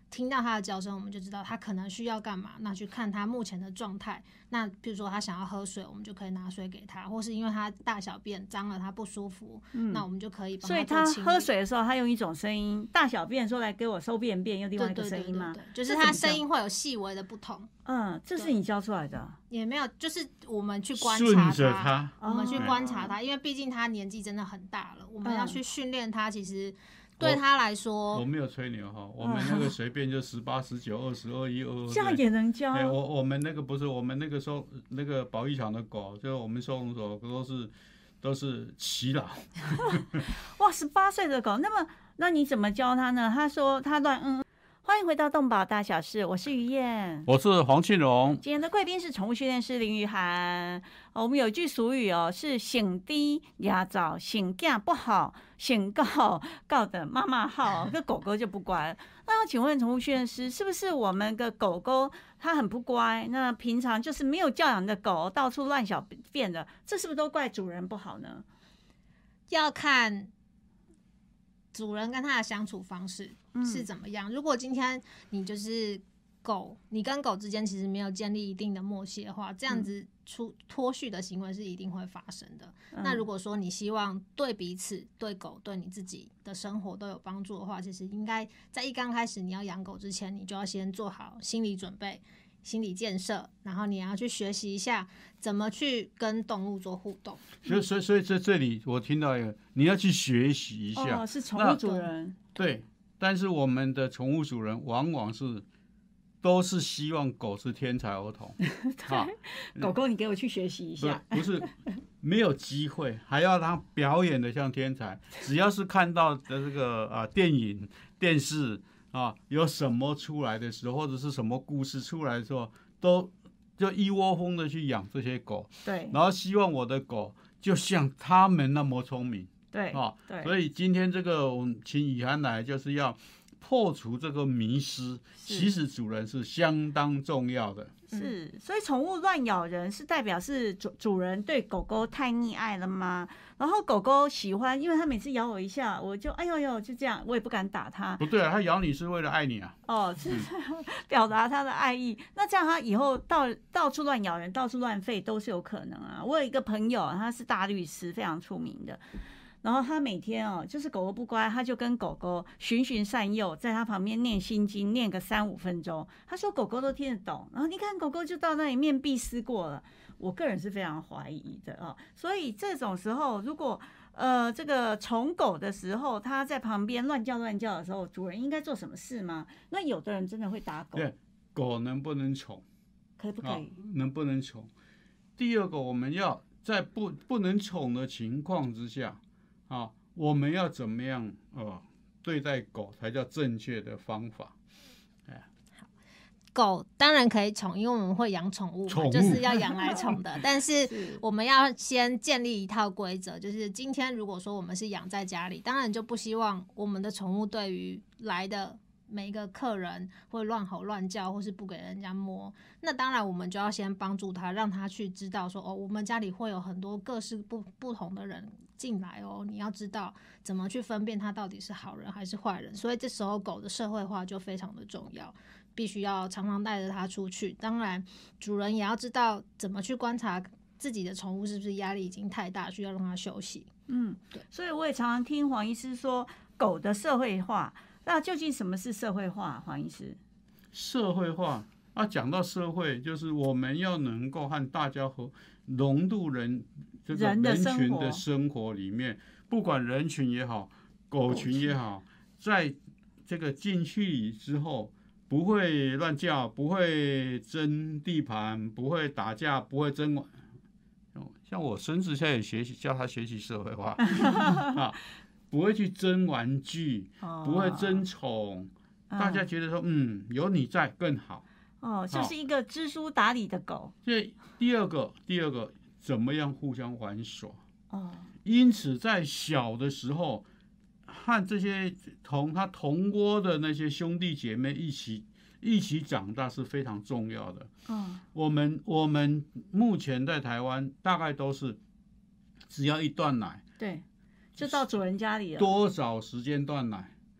[SPEAKER 4] 听到它的叫声，我们就知道它可能需要干嘛。那去看它目前的状态。那比如说它想要喝水，我们就可以拿水给它，或是因为它大小便脏了，它不舒服，嗯、那我们就可以帮它做清理。
[SPEAKER 2] 所以它喝水的时候，它用一种声音；大小便说来给我收便便，用另外一个声音吗？
[SPEAKER 4] 对对对对对，就是它声音会有细微的不同。
[SPEAKER 2] 嗯，这是你教出来的？
[SPEAKER 4] 也没有，就是我们去观察它，我们去观察它，因为毕竟它年纪真的很大了，我们要去训练它，其实。对他来说，
[SPEAKER 3] 我没有吹牛哈，我们那个随便就十八、十九、二十、二一、二二，
[SPEAKER 2] 这样也能教。
[SPEAKER 3] 哎，我我们那个不是我们那个收那个保育场的狗，就是我们收容所都是都是耆老。
[SPEAKER 2] 哇，十八岁的狗，那么那你怎么教他呢？他说他乱嗯。欢迎回到动保大小事，我是于燕，
[SPEAKER 3] 我是黄庆荣。
[SPEAKER 2] 今天的贵宾是宠物训练师林玉涵。我们有一句俗语哦，是醒低压早，醒囝不好，醒告告的妈妈好，这狗狗就不乖。那要请问宠物训练师，是不是我们的狗狗它很不乖？那平常就是没有教养的狗，到处乱小便的，这是不是都怪主人不好呢？
[SPEAKER 4] 要看主人跟他的相处方式是怎么样。嗯、如果今天你就是狗，你跟狗之间其实没有建立一定的默契的话，这样子出脱序的行为是一定会发生的。嗯、那如果说你希望对彼此、对狗、对你自己的生活都有帮助的话，其实应该在一刚开始你要养狗之前，你就要先做好心理准备。心理建设，然后你要去学习一下怎么去跟动物做互动。
[SPEAKER 3] 所以，所以，所以在这里我听到一个，你要去学习一下。
[SPEAKER 2] 哦，是宠物主人。
[SPEAKER 3] 对，但是我们的宠物主人往往是都是希望狗是天才儿童。
[SPEAKER 2] 啊，狗狗，你给我去学习一下。
[SPEAKER 3] 不是，不是没有机会，还要让表演的像天才。只要是看到的这个啊电影、电视。啊，有什么出来的时候，或者是什么故事出来的时候，都就一窝蜂的去养这些狗，
[SPEAKER 2] 对，
[SPEAKER 3] 然后希望我的狗就像他们那么聪明，
[SPEAKER 2] 对，
[SPEAKER 3] 啊，
[SPEAKER 2] 对，
[SPEAKER 3] 所以今天这个我们请雨涵来，就是要破除这个迷思，其实主人是相当重要的。
[SPEAKER 2] 是，所以宠物乱咬人是代表是主主人对狗狗太溺爱了吗？然后狗狗喜欢，因为它每次咬我一下，我就哎呦呦，就这样，我也不敢打它。
[SPEAKER 3] 不对啊，它咬你是为了爱你啊。
[SPEAKER 2] 哦，是表达它的爱意。那这样它以后到到处乱咬人、到处乱吠都是有可能啊。我有一个朋友，他是大律师，非常出名的。然后他每天哦，就是狗狗不乖，他就跟狗狗循循善诱，在他旁边念心经，念个三五分钟。他说狗狗都听得懂，然后你看狗狗就到那里面壁思过了。我个人是非常怀疑的哦，所以这种时候，如果呃这个宠狗的时候，他在旁边乱叫乱叫的时候，主人应该做什么事吗？那有的人真的会打狗。
[SPEAKER 3] 对，狗能不能宠？
[SPEAKER 2] 可不可以？
[SPEAKER 3] 哦、能不能宠？第二个，我们要在不不能宠的情况之下。啊，我们要怎么样呃对待狗才叫正确的方法？哎，
[SPEAKER 4] 好，狗当然可以宠，因为我们会养宠物嘛，就是要养来宠的。但是我们要先建立一套规则，就是今天如果说我们是养在家里，当然就不希望我们的宠物对于来的每一个客人会乱吼乱叫，或是不给人家摸。那当然我们就要先帮助他，让他去知道说，哦，我们家里会有很多各式不不同的人进来哦，你要知道怎么去分辨他到底是好人还是坏人。所以这时候狗的社会化就非常的重要，必须要常常带着它出去。当然主人也要知道怎么去观察自己的宠物是不是压力已经太大，需要让它休息。嗯，对。
[SPEAKER 2] 所以我也常常听黄医师说狗的社会化。那究竟什么是社会化，黄医师？
[SPEAKER 3] 社会化啊，讲到社会，就是我们要能够和大家和融入人这个人群的生活里面，不管人群也好，狗群也好，在这个进去之后，不会乱叫，不会争地盘，不会打架，不会争。像我孙子现在也学习，教他学习社会化啊。不会去争玩具，哦、不会争宠，嗯、大家觉得说，嗯，有你在更好。
[SPEAKER 2] 哦，就是一个知书达理的狗。
[SPEAKER 3] 这第二个，第二个怎么样互相玩耍？哦，因此在小的时候，和这些同他同窝的那些兄弟姐妹一起一起长大是非常重要的。嗯，我们我们目前在台湾大概都是只要一断奶，
[SPEAKER 2] 对。就到主人家里了。
[SPEAKER 3] 多少时间断奶？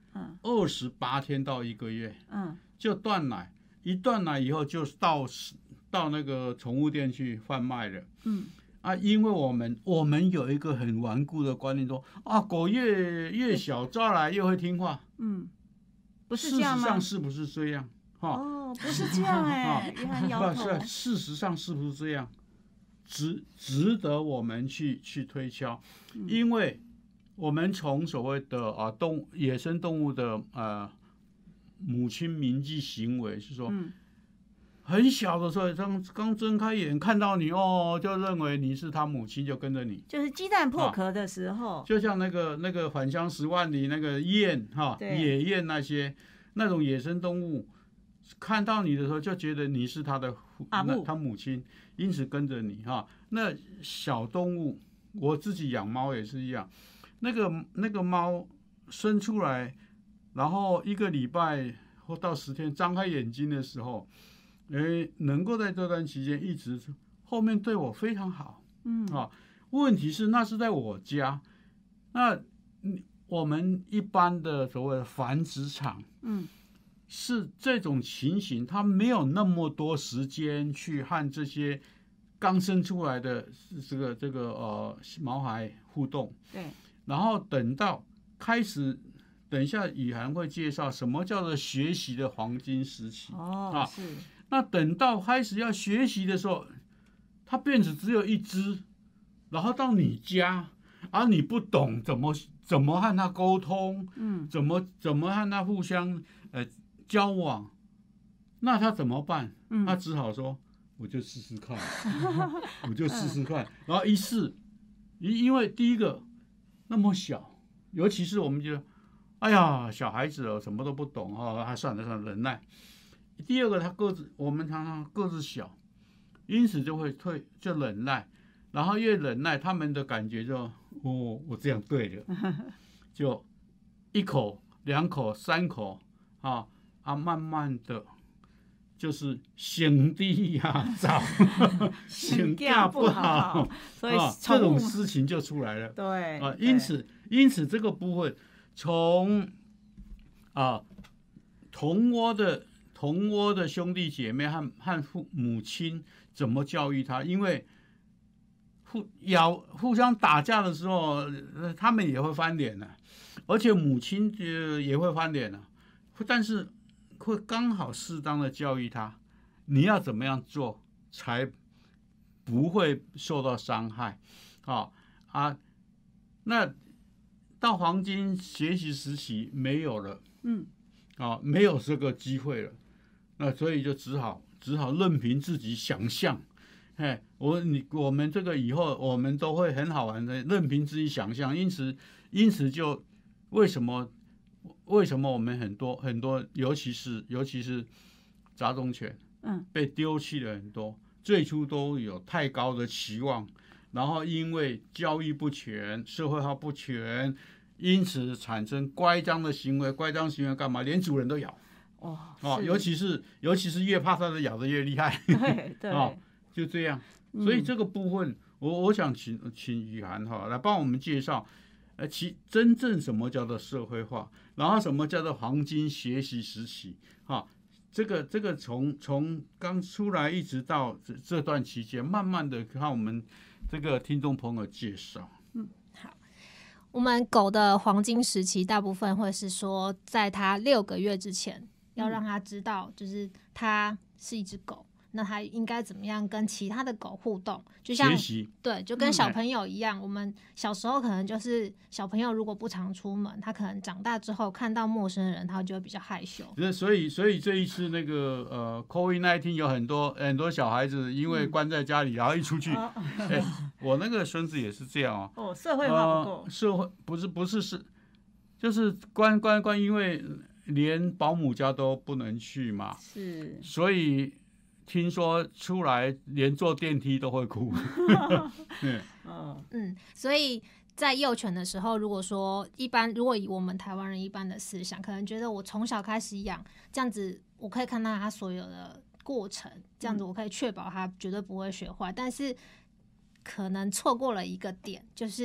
[SPEAKER 3] 二十八天到一个月，
[SPEAKER 2] 嗯，
[SPEAKER 3] 就断奶，一断奶以后就到到那个宠物店去贩卖了，
[SPEAKER 2] 嗯。
[SPEAKER 3] 啊，因为我们我们有一个很顽固的观念说，啊，狗越越小抓来越会听话，
[SPEAKER 2] 嗯，不是这样吗？
[SPEAKER 3] 事实上是不是这样？哈，
[SPEAKER 2] 哦，不是这样哎，约翰摇头。
[SPEAKER 3] 不是，事实上是不是这样？值值得我们去去推敲，
[SPEAKER 2] 嗯、
[SPEAKER 3] 因为我们从所谓的啊动野生动物的呃母亲铭记行为是说。
[SPEAKER 2] 嗯，
[SPEAKER 3] 很小的时候，刚刚睁开眼看到你哦，就认为你是他母亲，就跟着你。
[SPEAKER 2] 就是鸡蛋破壳的时候，
[SPEAKER 3] 啊、就像那个那个返乡十万里那个雁哈，野雁那些那种野生动物，看到你的时候就觉得你是他的
[SPEAKER 2] 阿母，
[SPEAKER 3] 他母亲，因此跟着你哈。那小动物，我自己养猫也是一样，那个那个猫生出来，然后一个礼拜或到十天张开眼睛的时候。哎，能够在这段期间一直后面对我非常好，
[SPEAKER 2] 嗯
[SPEAKER 3] 啊，问题是那是在我家，那我们一般的所谓的繁殖场，
[SPEAKER 2] 嗯，
[SPEAKER 3] 是这种情形，他没有那么多时间去和这些刚生出来的这个这个呃毛孩互动，
[SPEAKER 2] 对，
[SPEAKER 3] 然后等到开始。等一下，雨涵会介绍什么叫做学习的黄金时期。
[SPEAKER 2] 哦，
[SPEAKER 3] 啊，
[SPEAKER 2] 是。
[SPEAKER 3] 那等到开始要学习的时候，它变成只有一只，然后到你家，而、啊、你不懂怎么怎么和它沟通，
[SPEAKER 2] 嗯，
[SPEAKER 3] 怎么怎么和它互相呃交往，那他怎么办？
[SPEAKER 2] 嗯，
[SPEAKER 3] 他只好说，我就试试看，我就试试看，然后一试，因因为第一个那么小，尤其是我们觉得。哎呀，小孩子哦，什么都不懂哦，还算了算了，忍耐。第二个，他个子，我们常常个子小，因此就会退，就忍耐，然后越忍耐，他们的感觉就，哦，我这样对了，就一口、两口、三口，啊啊，慢慢的，就是性地呀早，性价不好，
[SPEAKER 2] 所以、
[SPEAKER 3] 啊、这种事情就出来了。
[SPEAKER 2] 对
[SPEAKER 3] 啊，因此，因此这个部分。从啊同窝的同窝的兄弟姐妹和和父母亲怎么教育他？因为互咬互相打架的时候，他们也会翻脸的、啊，而且母亲呃也会翻脸的、啊，但是会刚好适当的教育他，你要怎么样做才不会受到伤害？啊啊，那。到黄金学习时期没有了，
[SPEAKER 2] 嗯，
[SPEAKER 3] 啊，没有这个机会了，那所以就只好只好任凭自己想象，哎，我你我们这个以后我们都会很好玩的，任凭自己想象，因此因此就为什么为什么我们很多很多，尤其是尤其是杂种犬，
[SPEAKER 2] 嗯，
[SPEAKER 3] 被丢弃了很多，最初都有太高的期望。然后因为教育不全，社会化不全，因此产生乖张的行为。乖张行为干嘛？连主人都咬。
[SPEAKER 2] 哦，
[SPEAKER 3] 哦，尤其是尤其是越怕它的咬得越厉害。
[SPEAKER 2] 对对。
[SPEAKER 3] 哦，就这样。所以这个部分，嗯、我我想请请雨涵哈来帮我们介绍，呃，其真正什么叫做社会化，然后什么叫做黄金学习时期，哈、哦。这个这个从从刚出来一直到这这段期间，慢慢的看我们这个听众朋友介绍。
[SPEAKER 4] 嗯，好，我们狗的黄金时期大部分会是说，在它六个月之前，要让它知道，就是它是一只狗。那它应该怎么样跟其他的狗互动？就像
[SPEAKER 3] 学习，
[SPEAKER 4] 对，就跟小朋友一样、嗯。我们小时候可能就是小朋友，如果不常出门，他可能长大之后看到陌生人，他就会比较害羞。
[SPEAKER 3] 所以，所以这一次那个呃 COVID 十九 有很多很多小孩子因为关在家里，嗯、然后一出去，哎、嗯欸，我那个孙子也是这样哦。
[SPEAKER 2] 哦，社会化不够、呃。
[SPEAKER 3] 社会不是不是是，就是关关关，因为连保姆家都不能去嘛，
[SPEAKER 2] 是，
[SPEAKER 3] 所以。听说出来连坐电梯都会哭。
[SPEAKER 2] 嗯
[SPEAKER 4] 嗯，所以在幼犬的时候，如果说一般，如果以我们台湾人一般的思想，可能觉得我从小开始养，这样子我可以看到他所有的过程，这样子我可以确保他绝对不会学坏。但是可能错过了一个点，就是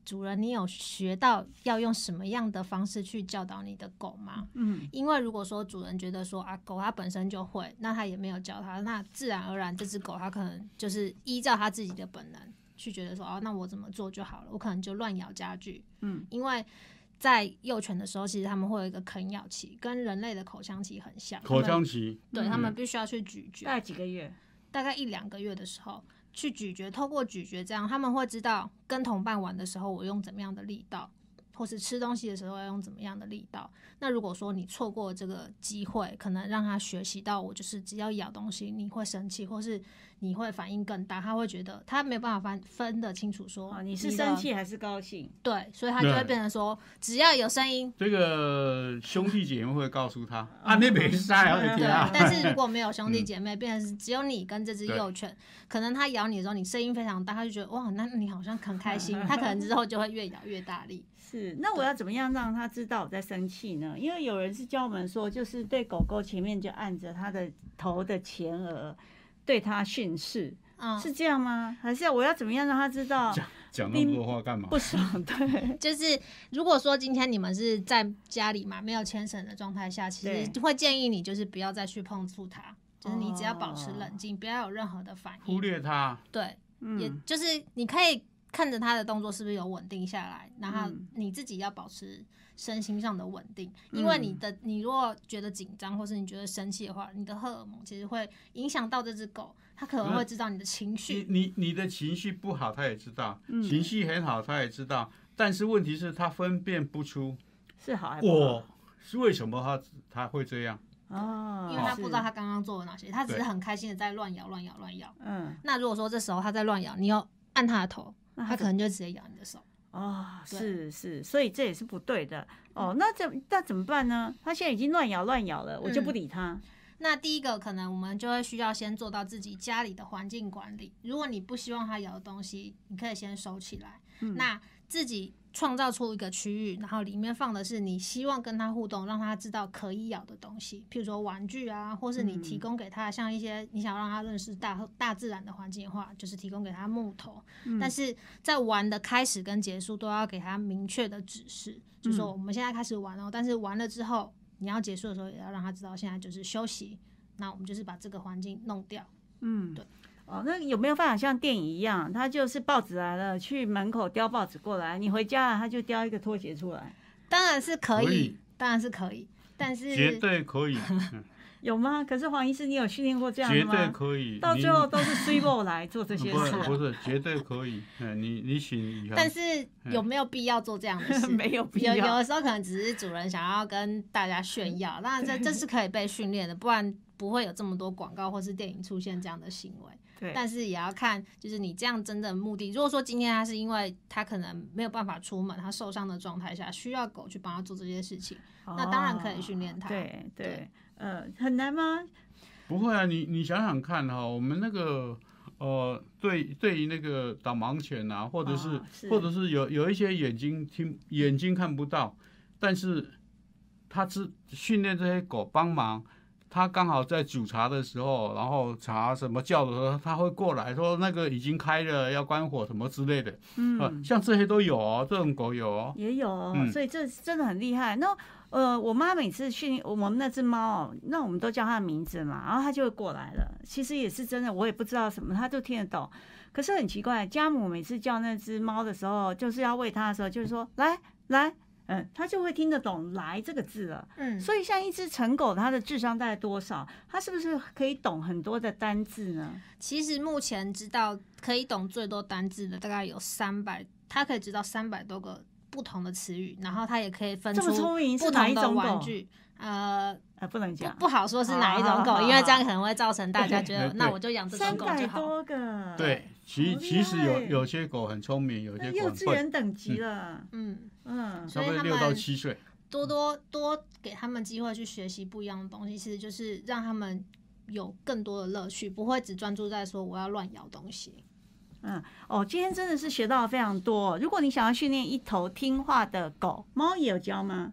[SPEAKER 4] 主人，你有学到要用什么样的方式去教导你的狗吗？嗯，因为如果说主人觉得说啊，狗它本身就会，那他也没有教它，那自然而然这只狗它可能就是依照它自己的本能去觉得说，哦，那我怎么做就好了，我可能就乱咬家具。嗯，因为在幼犬的时候，其实他们会有一个啃咬期，跟人类的口腔期很像。
[SPEAKER 3] 口腔期，
[SPEAKER 4] 对、嗯、他们必须要去咀嚼，
[SPEAKER 2] 大概几个月？
[SPEAKER 4] 大概一两个月的时候。去咀嚼，透过咀嚼这样，他们会知道跟同伴玩的时候我用怎么样的力道，或是吃东西的时候要用怎么样的力道。那如果说你错过这个机会，可能让他学习到我就是只要咬东西你会生气，或是你会反应更大，他会觉得他没有办法分分得清楚说、
[SPEAKER 2] 哦、你是生气还是高兴。
[SPEAKER 4] 对，所以他就会变成说只要有声音，
[SPEAKER 3] 这个兄弟姐妹会告诉他啊，你没事啊，我的天啊。
[SPEAKER 4] 但是如果没有兄弟姐妹，变成是只有你跟这只幼犬，可能他咬你的时候你声音非常大，他就觉得哇，那你好像很开心，他可能之后就会越咬越大力。
[SPEAKER 2] 是，那我要怎么样让他知道我在生气呢？因为有人是教我们说，就是对狗狗前面就按着它的头的前额，对它训斥、嗯，是这样吗？还是我要怎么样让他知道？
[SPEAKER 3] 讲那么多话干嘛？
[SPEAKER 2] 不爽，对。
[SPEAKER 4] 就是如果说今天你们是在家里嘛，没有牵绳的状态下，其实会建议你就是不要再去碰触它，就是你只要保持冷静，不要有任何的反应，
[SPEAKER 3] 忽略它。
[SPEAKER 4] 对，嗯、也就是你可以看着他的动作是不是有稳定下来，然后你自己要保持身心上的稳定，因为你的你如果觉得紧张或是你觉得生气的话，你的荷尔蒙其实会影响到这只狗，它可能会知道你的情绪。
[SPEAKER 3] 你你你的情绪不好，它也知道；嗯、情绪很好，它也知道。但是问题是，它分辨不出
[SPEAKER 2] 是好还不好。
[SPEAKER 3] 我是为什么它它会这样？
[SPEAKER 2] 哦，
[SPEAKER 4] 因为他不知道他刚刚做了哪些，他只是很开心的在乱咬乱咬乱咬。嗯，那如果说这时候他在乱咬，你要按他的头，他可能就直接咬你的手。
[SPEAKER 2] 哦，是是，所以这也是不对的。哦，那怎那怎么办呢？他现在已经乱咬乱咬了，我就不理他。嗯，
[SPEAKER 4] 那第一个可能我们就会需要先做到自己家里的环境管理。如果你不希望他咬的东西，你可以先收起来。嗯，那自己创造出一个区域，然后里面放的是你希望跟他互动，让他知道可以咬的东西，譬如说玩具啊，或是你提供给他像一些你想让他认识大大自然的环境的话，就是提供给他木头。嗯，但是在玩的开始跟结束都要给他明确的指示，就是说我们现在开始玩哦，但是玩了之后你要结束的时候也要让他知道现在就是休息，那我们就是把这个环境弄掉。嗯，对。
[SPEAKER 2] 哦，那有没有办法像电影一样，他就是报纸来了，去门口叼报纸过来，你回家了他就叼一个拖鞋出来？
[SPEAKER 4] 当然是可以，可以当然是可以，但是
[SPEAKER 3] 绝对可以。
[SPEAKER 2] 有吗？可是黄医师，你有训练过这样的吗？
[SPEAKER 3] 绝对可以，
[SPEAKER 2] 到最后都是水某来做这些事、啊。
[SPEAKER 3] 不是，不是，绝对可以。你你请，
[SPEAKER 4] 但是有没有必要做这样的事？
[SPEAKER 2] 没有必要。
[SPEAKER 4] 有有的时候可能只是主人想要跟大家炫耀，当然这这是可以被训练的，不然不会有这么多广告或是电影出现这样的行为。对，但是也要看，就是你这样真正的目的。如果说今天他是因为他可能没有办法出门，他受伤的状态下，需要狗去帮他做这些事情，哦、那当然可以训练他。
[SPEAKER 2] 对 对, 对，呃，很难吗？
[SPEAKER 3] 不会啊，你你想想看哈、哦，我们那个呃，对对于那个导盲犬啊，或者是、哦、是或者是有有一些眼睛听眼睛看不到，但是他是训练这些狗帮忙。他刚好在煮茶的时候，然后茶什么叫的时候，他会过来说那个已经开了，要关火什么之类的。嗯、呃，像这些都有哦，这种狗有哦，
[SPEAKER 2] 也有哦，嗯、所以这真的很厉害。那呃，我妈每次训我们那只猫哦，那我们都叫它的名字嘛，然后它就会过来了。其实也是真的，我也不知道什么，它就听得懂。可是很奇怪，家母每次叫那只猫的时候，就是要喂它的时候，就是说来来。嗯，他就会听得懂“来”这个字了。嗯，所以像一只成狗，它的智商大概多少？它是不是可以懂很多的单字呢？
[SPEAKER 4] 其实目前知道可以懂最多单字的大概有三百，它可以知道三百多个不同的词语，然后它也可以分出不同的玩具。呃
[SPEAKER 2] 呃，不能讲，
[SPEAKER 4] 不好说是哪一种狗，因为这样可能会造成大家觉得，那我就养这种狗就好。
[SPEAKER 2] 三百多个，
[SPEAKER 3] 对，其其实有有些狗很聪明，有些狗
[SPEAKER 2] 幼稚园等级了，
[SPEAKER 4] 嗯
[SPEAKER 2] 嗯，
[SPEAKER 4] 所以他们
[SPEAKER 3] 六到七岁，
[SPEAKER 4] 多多多给他们机会去学习不一样的东西，其实就是让他们有更多的乐趣，不会只专注在说我要乱咬东西。
[SPEAKER 2] 嗯，哦，今天真的是学到了非常多。如果你想要训练一头听话的狗，猫也有教吗？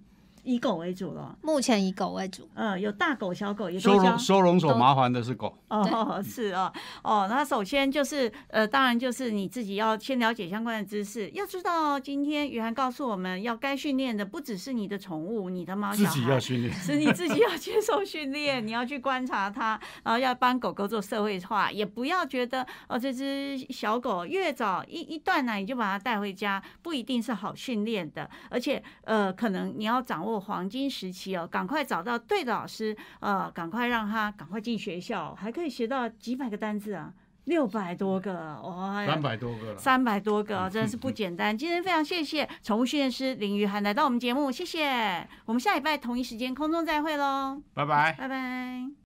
[SPEAKER 2] 以狗为主了。
[SPEAKER 4] 目前以狗为主。
[SPEAKER 2] 呃，有大狗、小狗也
[SPEAKER 3] 收
[SPEAKER 2] 都教
[SPEAKER 3] 容收容所麻烦的是狗。
[SPEAKER 2] 哦，是哦，哦，那首先就是呃，当然就是你自己要先了解相关的知识，要知道今天雨涵告诉我们要该训练的不只是你的宠物、你的猫小孩，
[SPEAKER 3] 自己要训练，
[SPEAKER 2] 是你自己要接受训练，你要去观察它，然后要帮狗狗做社会化，也不要觉得哦这只小狗越早一一断奶你就把它带回家，不一定是好训练的，而且呃可能你要掌握黄金时期哦，赶快找到对的老师，呃，赶快让他赶快进学校，还可以学到几百个单字啊。六百多个，哇，
[SPEAKER 3] 三百多个了，
[SPEAKER 2] 三百多个，真的是不简单。今天非常谢谢宠物训练师林雨涵来到我们节目，谢谢。我们下礼拜同一时间空中再会喽，
[SPEAKER 3] 拜拜，
[SPEAKER 2] 拜拜。